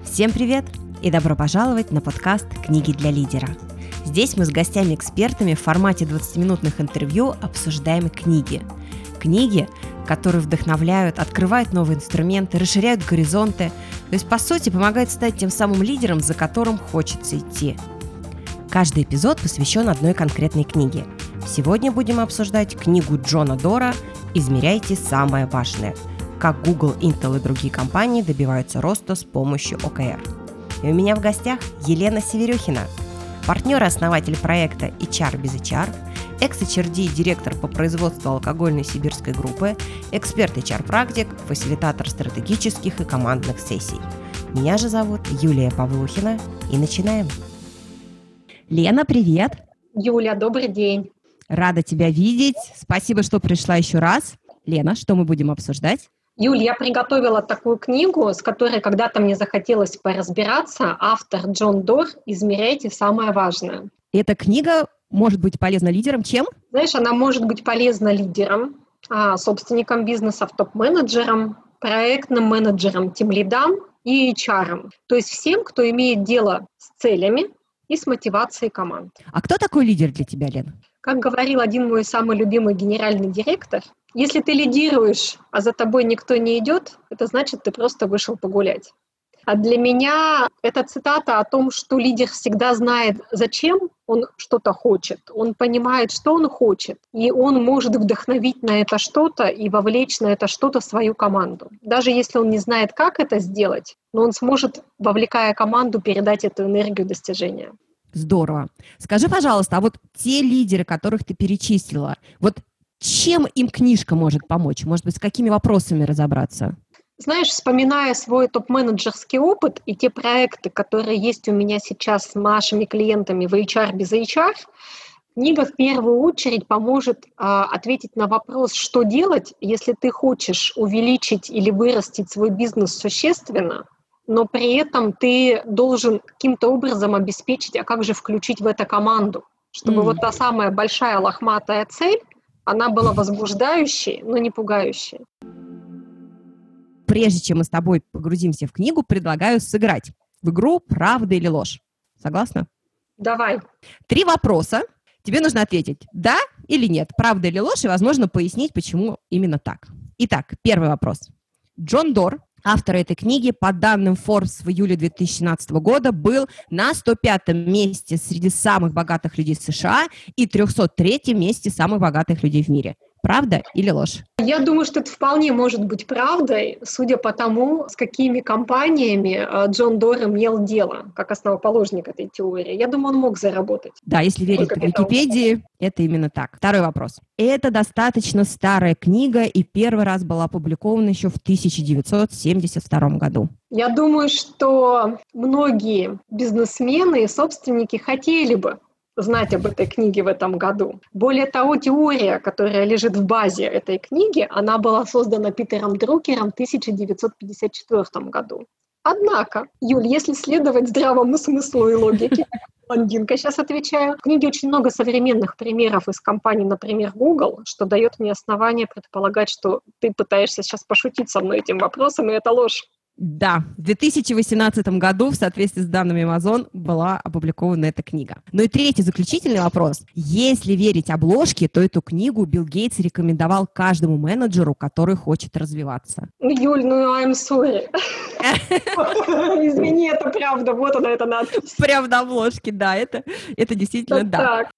Всем привет и добро пожаловать на подкаст «Книги для лидера». Здесь мы с гостями-экспертами в формате 20-минутных интервью обсуждаем книги. Книги, которые вдохновляют, открывают новые инструменты, расширяют горизонты, то есть, по сути, помогают стать тем самым лидером, за которым хочется идти. Каждый эпизод посвящен одной конкретной книге. Сегодня будем обсуждать книгу Джона Дора «Измеряйте самое важное. Как Google, Intel и другие компании добиваются роста с помощью ОКР». И у меня в гостях Елена Северюхина, партнер и основатель проекта HR без HR, экс-HRD и директор по производству алкогольной сибирской группы, эксперт HR-практик, фасилитатор стратегических и командных сессий. Меня же зовут Юлия Павлухина, и начинаем. Лена, привет! Юля, добрый день! Рада тебя видеть. Спасибо, что пришла еще раз. Лена, что мы будем обсуждать? Юль, я приготовила такую книгу, с которой когда-то мне захотелось поразбираться. Автор Джон Дор «Измеряйте самое важное». Эта книга может быть полезна лидерам чем? Знаешь, она может быть полезна лидерам, собственникам бизнесов, топ-менеджерам, проектным менеджерам, тимлидам и HR. То есть всем, кто имеет дело с целями и с мотивацией команд. А кто такой лидер для тебя, Лена? Как говорил один мой самый любимый генеральный директор, если ты лидируешь, а за тобой никто не идет, это значит, ты просто вышел погулять. А для меня это цитата о том, что лидер всегда знает, зачем он что-то хочет. Он понимает, что он хочет, и он может вдохновить на это что-то и вовлечь на это что-то свою команду. Даже если он не знает, как это сделать, но он сможет, вовлекая команду, передать эту энергию достижения. Здорово. Скажи, пожалуйста, а вот те лидеры, которых ты перечислила, вот чем им книжка может помочь? Может быть, с какими вопросами разобраться? Знаешь, вспоминая свой топ-менеджерский опыт и те проекты, которые есть у меня сейчас с нашими клиентами в HR без HR, книга в первую очередь поможет ответить на вопрос, что делать, если ты хочешь увеличить или вырастить свой бизнес существенно, но при этом ты должен каким-то образом обеспечить, а как же включить в это команду, чтобы вот та самая большая лохматая цель, она была возбуждающей, но не пугающей. Прежде чем мы с тобой погрузимся в книгу, предлагаю сыграть в игру «Правда или ложь». Согласна? Давай. 3 вопроса. Тебе нужно ответить «да» или «нет», «правда или ложь», и, возможно, пояснить, почему именно так. Итак, первый вопрос. Джон Дор, автор этой книги, по данным Forbes в июле 2017 года, был на 105-м месте среди самых богатых людей США и 303-м месте самых богатых людей в мире. Правда или ложь? Я думаю, что это вполне может быть правдой, судя по тому, с какими компаниями Джон Дор имел дело, как основоположник этой теории. Я думаю, он мог заработать. Да, если верить Википедии, это именно так. Второй вопрос. Это достаточно старая книга и первый раз была опубликована еще в 1972 году. Я думаю, что многие бизнесмены и собственники хотели бы знать об этой книге в этом году. Более того, теория, которая лежит в базе этой книги, она была создана Питером Друкером в 1954 году. Однако, Юль, если следовать здравому смыслу и логике, блондинка сейчас отвечаю, в книге очень много современных примеров из компаний, например, Google, что дает мне основание предполагать, что ты пытаешься сейчас пошутить со мной этим вопросом, и это ложь. Да, в 2018 году в соответствии с данными Amazon была опубликована эта книга. Ну и третий заключительный вопрос. Если верить обложке, то эту книгу Билл Гейтс рекомендовал каждому менеджеру, который хочет развиваться. Юль, I'm sorry. Извини, это правда, вот она, эта надпись. Прям на обложке, да, это действительно да. Так.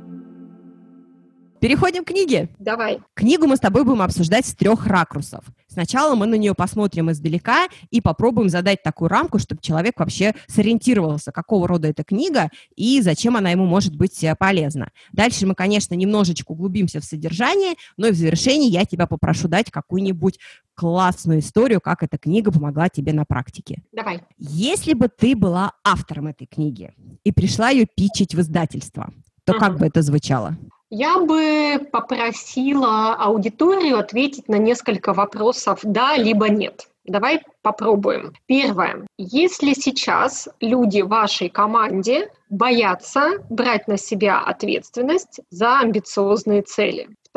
Переходим к книге. Давай. Книгу мы с тобой будем обсуждать с 3 ракурсов. Сначала мы на нее посмотрим издалека и попробуем задать такую рамку, чтобы человек вообще сориентировался, какого рода эта книга и зачем она ему может быть полезна. Дальше мы, конечно, немножечко углубимся в содержание, но и в завершении я тебя попрошу дать какую-нибудь классную историю, как эта книга помогла тебе на практике. Давай. Если бы ты была автором этой книги и пришла ее питчить в издательство, то как бы это звучало? Я бы попросила аудиторию ответить на несколько вопросов «да» либо «нет». Давай попробуем. Первое. Если сейчас люди в вашей команде боятся брать на себя ответственность за амбициозные цели.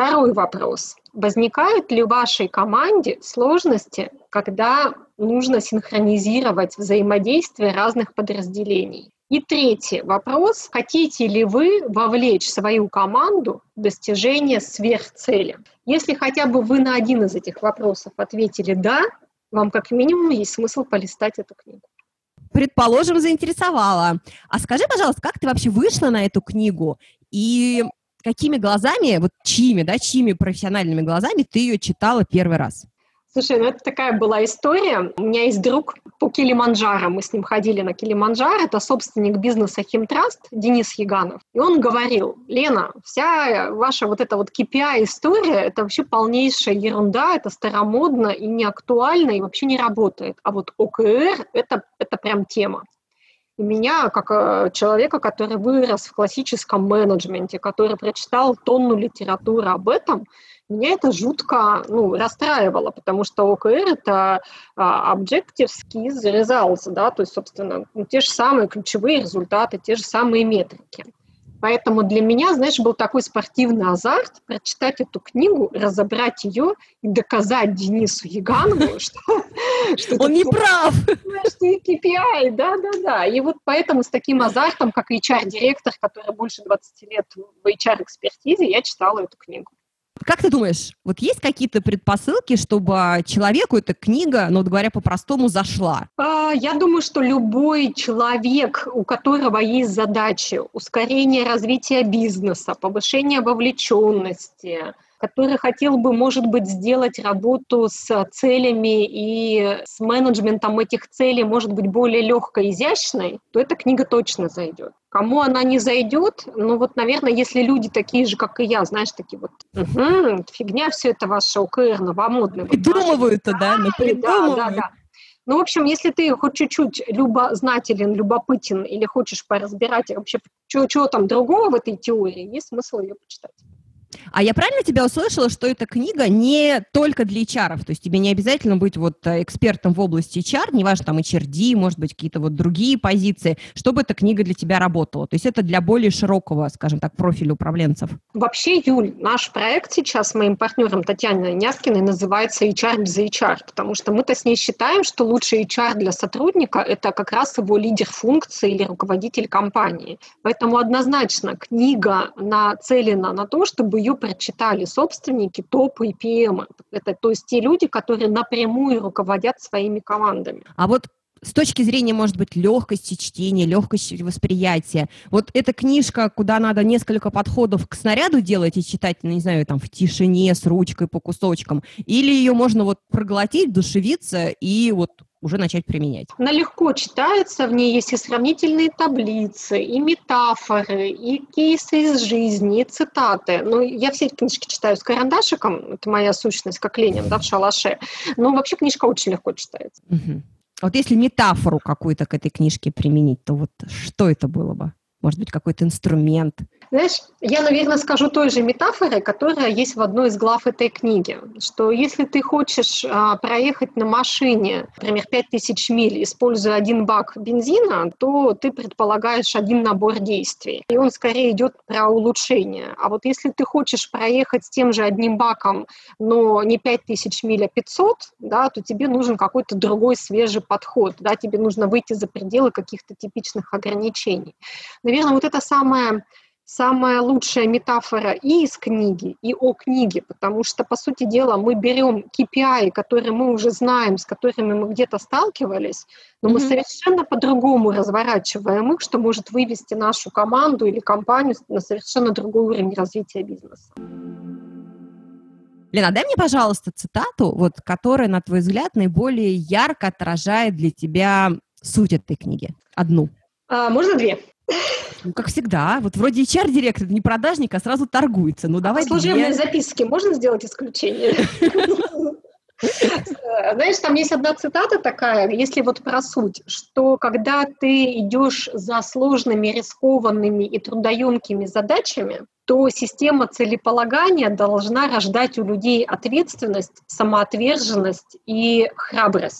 Второй вопрос. Возникают ли в вашей команде сложности, когда нужно синхронизировать взаимодействие разных подразделений? И третий вопрос. Хотите ли вы вовлечь свою команду в достижение сверхцели? Если хотя бы вы на один из этих вопросов ответили «да», вам как минимум есть смысл полистать эту книгу. Предположим, заинтересовала. А скажи, пожалуйста, как ты вообще вышла на эту книгу и какими глазами, вот чьими профессиональными глазами ты ее читала первый раз? Слушай, это такая была история. У меня есть друг по Килиманджаро, мы с ним ходили на Килиманджаро, это собственник бизнеса Химтраст Денис Яганов. И он говорил: Лена, вся ваша вот эта вот KPI-история, это вообще полнейшая ерунда, это старомодно и не актуально, и вообще не работает. А вот ОКР – это прям тема. И меня, как человека, который вырос в классическом менеджменте, который прочитал тонну литературы об этом, меня это жутко расстраивало, потому что ОКР – это Objectives, Keys, Results, да, то есть, собственно, те же самые ключевые результаты, те же самые метрики. Поэтому для меня, знаешь, был такой спортивный азарт прочитать эту книгу, разобрать ее и доказать Денису Яганову, что он не прав. Что и KPI, да. И вот поэтому с таким азартом, как HR-директор, который больше 20 лет в HR-экспертизе, я читала эту книгу. Как ты думаешь, вот есть какие-то предпосылки, чтобы человеку эта книга, говоря по-простому, зашла? Я думаю, что любой человек, у которого есть задачи ускорения развития бизнеса, повышения вовлеченности, который хотел бы, может быть, сделать работу с целями и с менеджментом этих целей, может быть, более легкой, изящной, то эта книга точно зайдет. Кому она не зайдет, наверное, если люди такие же, как и я, знаешь, такие вот, фигня все это ваше ОКР новомодное. Придумывают-то, да? Придумывают. Да. В общем, если ты хоть чуть-чуть любознателен, любопытен или хочешь поразбирать вообще, что там другого в этой теории, есть смысл ее почитать. А я правильно тебя услышала, что эта книга не только для HR-ов? То есть тебе не обязательно быть экспертом в области HR, неважно, там HRD, может быть, какие-то другие позиции, чтобы эта книга для тебя работала. То есть это для более широкого, скажем так, профиля управленцев. Вообще, Юль, наш проект сейчас с моим партнером Татьяной Няскиной называется HR без HR, потому что мы-то с ней считаем, что лучший HR для сотрудника – это как раз его лидер функции или руководитель компании. Поэтому однозначно книга нацелена на то, чтобы ее прочитали собственники, топы и ПМы. Это, то есть те люди, которые напрямую руководят своими командами. А вот с точки зрения, может быть, легкости чтения, легкости восприятия, вот эта книжка, куда надо несколько подходов к снаряду делать и читать, не знаю, там в тишине, с ручкой по кусочкам, или ее можно проглотить, душевиться и уже начать применять? Она легко читается, в ней есть и сравнительные таблицы, и метафоры, и кейсы из жизни, и цитаты. Я все эти книжки читаю с карандашиком, это моя сущность, как Ленин, в шалаше. Но вообще книжка очень легко читается. Угу. Вот если метафору какую-то к этой книжке применить, то что это было бы? Может быть, какой-то инструмент? Знаешь, я, наверное, скажу той же метафорой, которая есть в одной из глав этой книги, что если ты хочешь проехать на машине, например, 5000 миль, используя 1 бак бензина, то ты предполагаешь один набор действий, и он скорее идет про улучшение. А вот если ты хочешь проехать с тем же 1 баком, но не 5000 миль, а 500, да, то тебе нужен какой-то другой свежий подход, да, тебе нужно выйти за пределы каких-то типичных ограничений. Наверное, это самая лучшая метафора и из книги, и о книге, потому что, по сути дела, мы берем KPI, которые мы уже знаем, с которыми мы где-то сталкивались, но мы совершенно по-другому разворачиваем их, что может вывести нашу команду или компанию на совершенно другой уровень развития бизнеса. Лена, дай мне, пожалуйста, цитату, которая, на твой взгляд, наиболее ярко отражает для тебя суть этой книги. Одну. Можно 2? Как всегда. Вроде HR-директор, не продажник, а сразу торгуется. Давай. Служебные записки можно сделать исключение? Знаешь, там есть одна цитата такая, если про суть, что когда ты идешь за сложными, рискованными и трудоемкими задачами, то система целеполагания должна рождать у людей ответственность, самоотверженность и храбрость.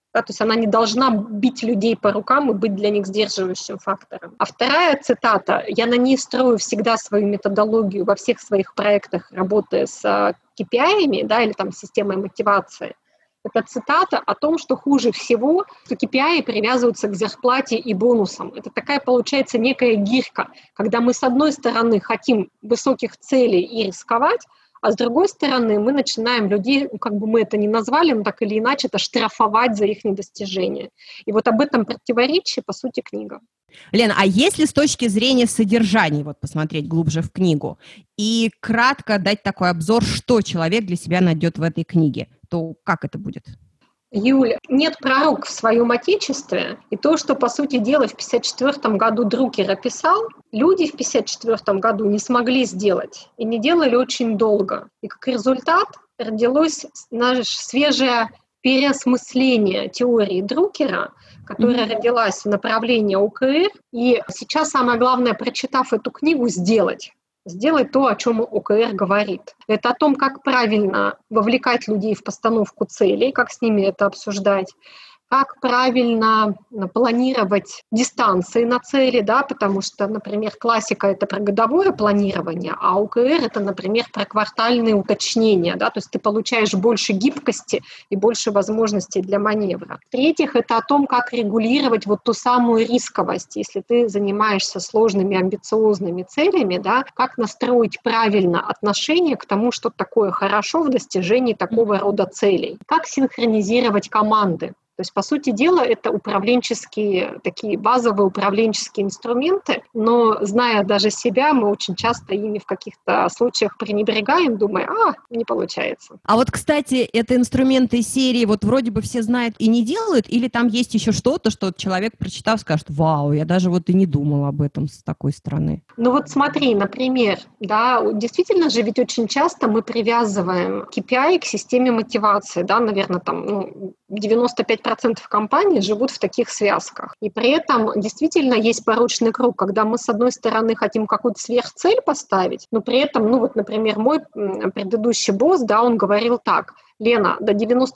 Да, то есть она не должна бить людей по рукам и быть для них сдерживающим фактором. А вторая цитата, я на ней строю всегда свою методологию во всех своих проектах, работая с KPI-ами, да, или там системой мотивации. Это цитата о том, что хуже всего, что KPI привязываются к зарплате и бонусам. Это такая, получается, некая гирька, когда мы, с одной стороны, хотим высоких целей и рисковать, а с другой стороны, мы начинаем людей, как бы мы это ни назвали, но так или иначе, это штрафовать за их недостижения. И вот об этом противоречии, по сути, книга. Лена, а если с точки зрения содержания вот посмотреть глубже в книгу и кратко дать такой обзор, что человек для себя найдет в этой книге, то как это будет? Юля, нет пророк в своем отечестве, и то, что, по сути дела, в 1954 году Друкер описал, люди в 1954 году не смогли сделать и не делали очень долго. И как результат родилось наше свежее переосмысление теории Друкера, которая родилась в направлении ОКР, и сейчас самое главное, прочитав эту книгу, сделать то, о чем ОКР говорит. Это о том, как правильно вовлекать людей в постановку целей, как с ними это обсуждать, как правильно планировать дистанции на цели, да, потому что, например, классика — это про годовое планирование, а ОКР — это, например, про квартальные уточнения, да, то есть ты получаешь больше гибкости и больше возможностей для маневра. В-третьих, это о том, как регулировать вот ту самую рисковость, если ты занимаешься сложными, амбициозными целями, да, как настроить правильно отношение к тому, что такое хорошо в достижении такого рода целей, как синхронизировать команды. То есть, по сути дела, это управленческие, такие базовые управленческие инструменты, но, зная даже себя, мы очень часто ими в каких-то случаях пренебрегаем, думая, не получается. А вот, кстати, это инструменты серии вот вроде бы все знают и не делают, или там есть еще что-то, что человек, прочитав, скажет, вау, я даже вот и не думала об этом с такой стороны. Ну вот смотри, например, да, действительно же ведь очень часто мы привязываем KPI к системе мотивации, да, наверное, там, 95% компаний живут в таких связках. И при этом действительно есть порочный круг, когда мы, с одной стороны, хотим какую-то сверхцель поставить, но при этом, вот, например, мой предыдущий босс, да, он говорил так: Лена, до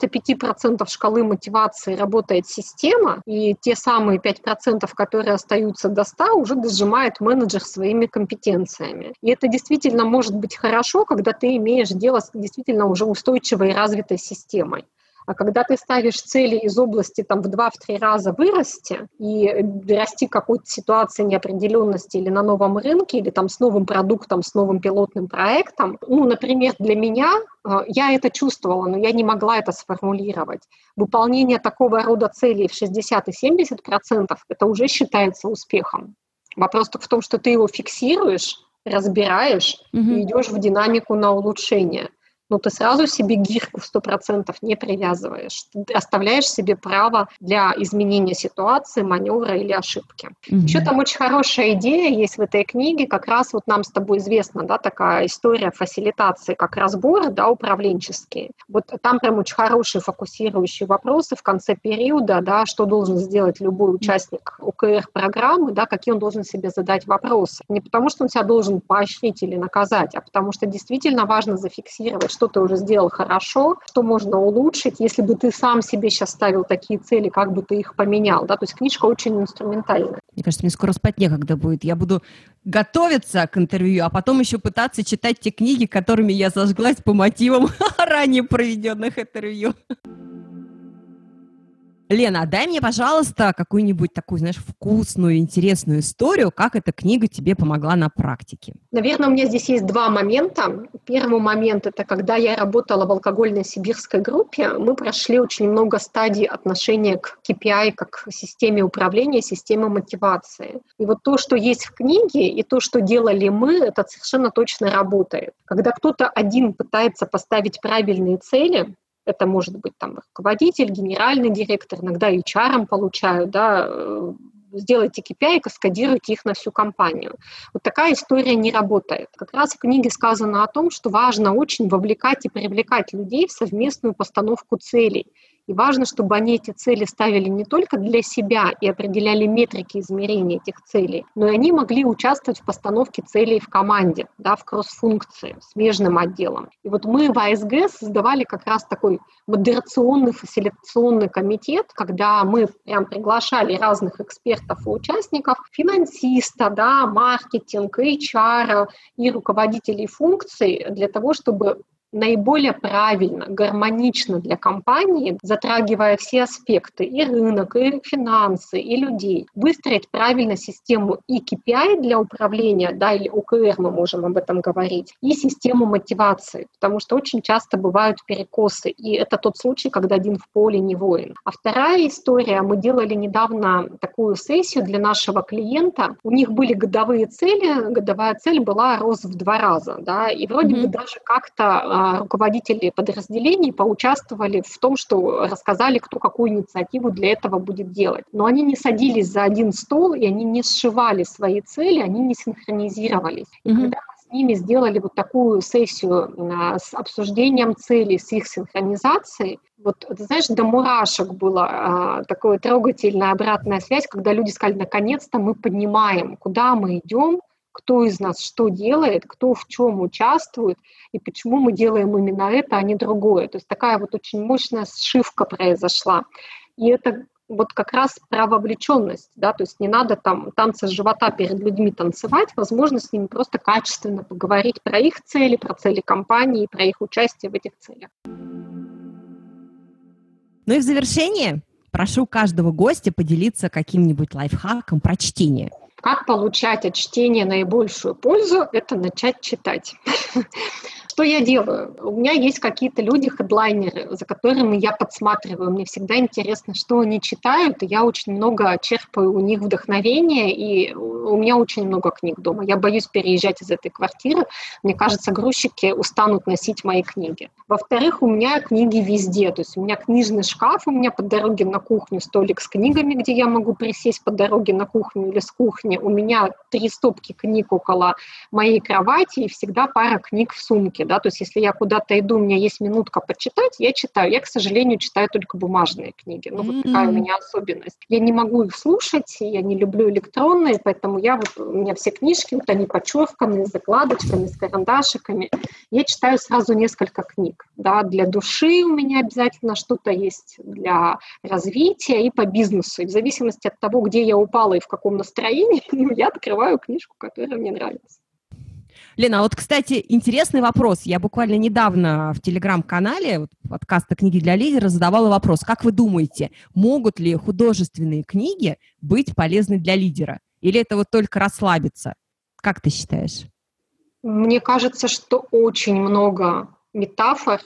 95% шкалы мотивации работает система, и те самые 5%, которые остаются до 100, уже дожимает менеджер своими компетенциями. И это действительно может быть хорошо, когда ты имеешь дело с действительно уже устойчивой и развитой системой. А когда ты ставишь цели из области там, в 2-3 раза вырасти и расти какой-то ситуации неопределенности или на новом рынке, или там, с новым продуктом, с новым пилотным проектом, например, для меня, я это чувствовала, но я не могла это сформулировать. Выполнение такого рода целей в 60 и 70% это уже считается успехом. Вопрос только в том, что ты его фиксируешь, разбираешь и идешь в динамику на улучшение. Но ты сразу себе гирьку в 100% не привязываешь. Ты оставляешь себе право для изменения ситуации, маневра или ошибки. Еще там очень хорошая идея есть в этой книге, как раз вот нам с тобой известна, да, такая история фасилитации, как разборы, да, управленческие. Вот там прям очень хорошие фокусирующие вопросы в конце периода, да, что должен сделать любой участник ОКР-программы, да, какие он должен себе задать вопросы. Не потому, что он себя должен поощрить или наказать, а потому что действительно важно зафиксировать, что ты уже сделал хорошо, что можно улучшить. Если бы ты сам себе сейчас ставил такие цели, как бы ты их поменял, да, то есть книжка очень инструментальная. Мне кажется, мне скоро спать некогда будет. Я буду готовиться к интервью, а потом еще пытаться читать те книги, которыми я зажглась по мотивам ранее проведенных интервью. Лена, дай мне, пожалуйста, какую-нибудь такую, знаешь, вкусную, интересную историю, как эта книга тебе помогла на практике. Наверное, у меня здесь есть два момента. Первый момент – это когда я работала в алкогольной сибирской группе, мы прошли очень много стадий отношения к KPI как к системе управления, системе мотивации. И вот то, что есть в книге, и то, что делали мы, это совершенно точно работает. Когда кто-то один пытается поставить правильные цели, это может быть там руководитель, генеральный директор, иногда HR получают, да, сделайте KPI и каскадируйте их на всю компанию. Вот такая история не работает. Как раз в книге сказано о том, что важно очень вовлекать и привлекать людей в совместную постановку целей. И важно, чтобы они эти цели ставили не только для себя и определяли метрики измерения этих целей, но и они могли участвовать в постановке целей в команде, да, в кросс-функции, смежным отделом. И вот мы в АСГ создавали как раз такой модерационный, фасилитационный комитет, когда мы прям приглашали разных экспертов и участников, финансиста, да, маркетинг, HR и руководителей функций для того, чтобы наиболее правильно, гармонично для компании, затрагивая все аспекты, и рынок, и финансы, и людей, выстроить правильно систему и KPI для управления, да, или OKR мы можем об этом говорить, и систему мотивации, потому что очень часто бывают перекосы, и это тот случай, когда один в поле не воин. А вторая история, мы делали недавно такую сессию для нашего клиента, у них были годовые цели, годовая цель была рост в 2 раза, да, и вроде бы даже как-то руководители подразделений поучаствовали в том, что рассказали, кто какую инициативу для этого будет делать. Но они не садились за один стол, и они не сшивали свои цели, они не синхронизировались. И когда мы с ними сделали вот такую сессию с обсуждением целей, с их синхронизацией, вот, ты знаешь, до мурашек была такая трогательная обратная связь, когда люди сказали, наконец-то мы понимаем, куда мы идем, кто из нас что делает, кто в чем участвует, и почему мы делаем именно это, а не другое. То есть такая вот очень мощная сшивка произошла. И это вот как раз про вовлеченность, да, то есть не надо там танцы с живота перед людьми танцевать, возможно с ними просто качественно поговорить про их цели, про цели компании, про их участие в этих целях. Ну и в завершение прошу каждого гостя поделиться каким-нибудь лайфхаком про чтение. Как получать от чтения наибольшую пользу? Это начать читать. Что я делаю? У меня есть какие-то люди, хедлайнеры, за которыми я подсматриваю. Мне всегда интересно, что они читают, и я очень много черпаю у них вдохновения, и у меня очень много книг дома. Я боюсь переезжать из этой квартиры. Мне кажется, грузчики устанут носить мои книги. Во-вторых, у меня книги везде. То есть у меня книжный шкаф, у меня по дороге на кухню столик с книгами, где я могу присесть по дороге на кухню или с кухни. У меня 3 стопки книг около моей кровати и всегда пара книг в сумке. Да? То есть если я куда-то иду, у меня есть минутка почитать, я читаю. Я, к сожалению, читаю только бумажные книги. Ну, вот такая у меня особенность. Я не могу их слушать, я не люблю электронные, поэтому у меня все книжки, вот они подчерканы, с закладочками, с карандашиками. Я читаю сразу несколько книг. Да? Для души у меня обязательно что-то есть, для развития и по бизнесу. И в зависимости от того, где я упала и в каком настроении, я открываю книжку, которая мне нравится. Лена, а вот, кстати, интересный вопрос. Я буквально недавно в телеграм-канале подкаста «Книги для лидера» задавала вопрос. Как вы думаете, могут ли художественные книги быть полезны для лидера? Или это вот только расслабиться? Как ты считаешь? Мне кажется, что очень много метафор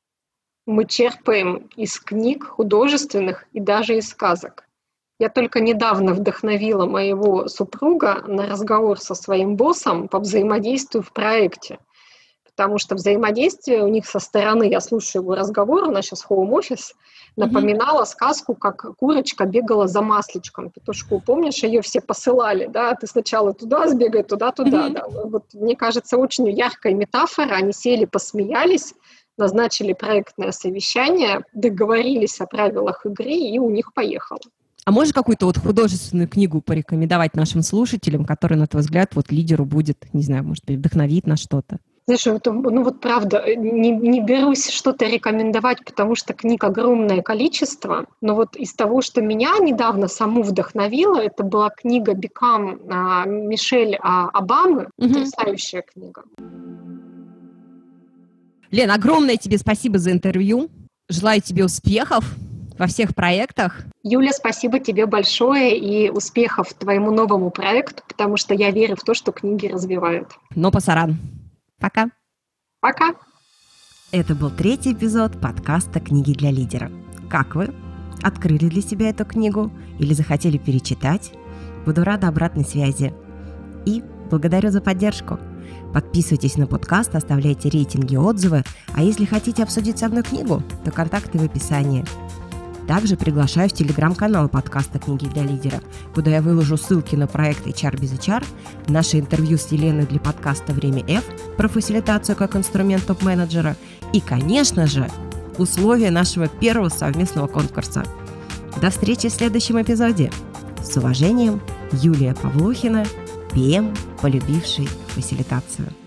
мы черпаем из книг художественных и даже из сказок. Я только недавно вдохновила моего супруга на разговор со своим боссом по взаимодействию в проекте. Потому что взаимодействие у них со стороны, я слушаю его разговор, у нас сейчас хоум-офис, напоминала сказку, как курочка бегала за масличком. Петушку, помнишь, ее все посылали, да, ты сначала туда сбегай, туда-туда. Да. Вот, мне кажется, очень яркая метафора, они сели, посмеялись, назначили проектное совещание, договорились о правилах игры, и у них поехало. А можешь какую-то вот художественную книгу порекомендовать нашим слушателям, которая, на твой взгляд, вот лидеру будет, не знаю, может быть, вдохновит на что-то? Знаешь, вот правда, не берусь что-то рекомендовать, потому что книг огромное количество, но вот из того, что меня недавно саму вдохновило, это была книга «Become» Мишель Обамы, потрясающая книга. Лен, огромное тебе спасибо за интервью. Желаю тебе успехов во всех проектах. Юля, спасибо тебе большое и успехов твоему новому проекту, потому что я верю в то, что книги развивают. Но пасаран. Пока. Пока. Это был 3-й эпизод подкаста «Книги для лидера». Как вы? Открыли для себя эту книгу или захотели перечитать? Буду рада обратной связи. И благодарю за поддержку. Подписывайтесь на подкаст, оставляйте рейтинги и отзывы, а если хотите обсудить со мной книгу, то контакты в описании. Также приглашаю в телеграм-канал подкаста «Книги для лидера», куда я выложу ссылки на проект HR без HR, наше интервью с Еленой для подкаста «Время F» про фасилитацию как инструмент топ-менеджера и, конечно же, условия нашего первого совместного конкурса. До встречи в следующем эпизоде. С уважением, Юлия Павлухина, ПМ, полюбивший фасилитацию.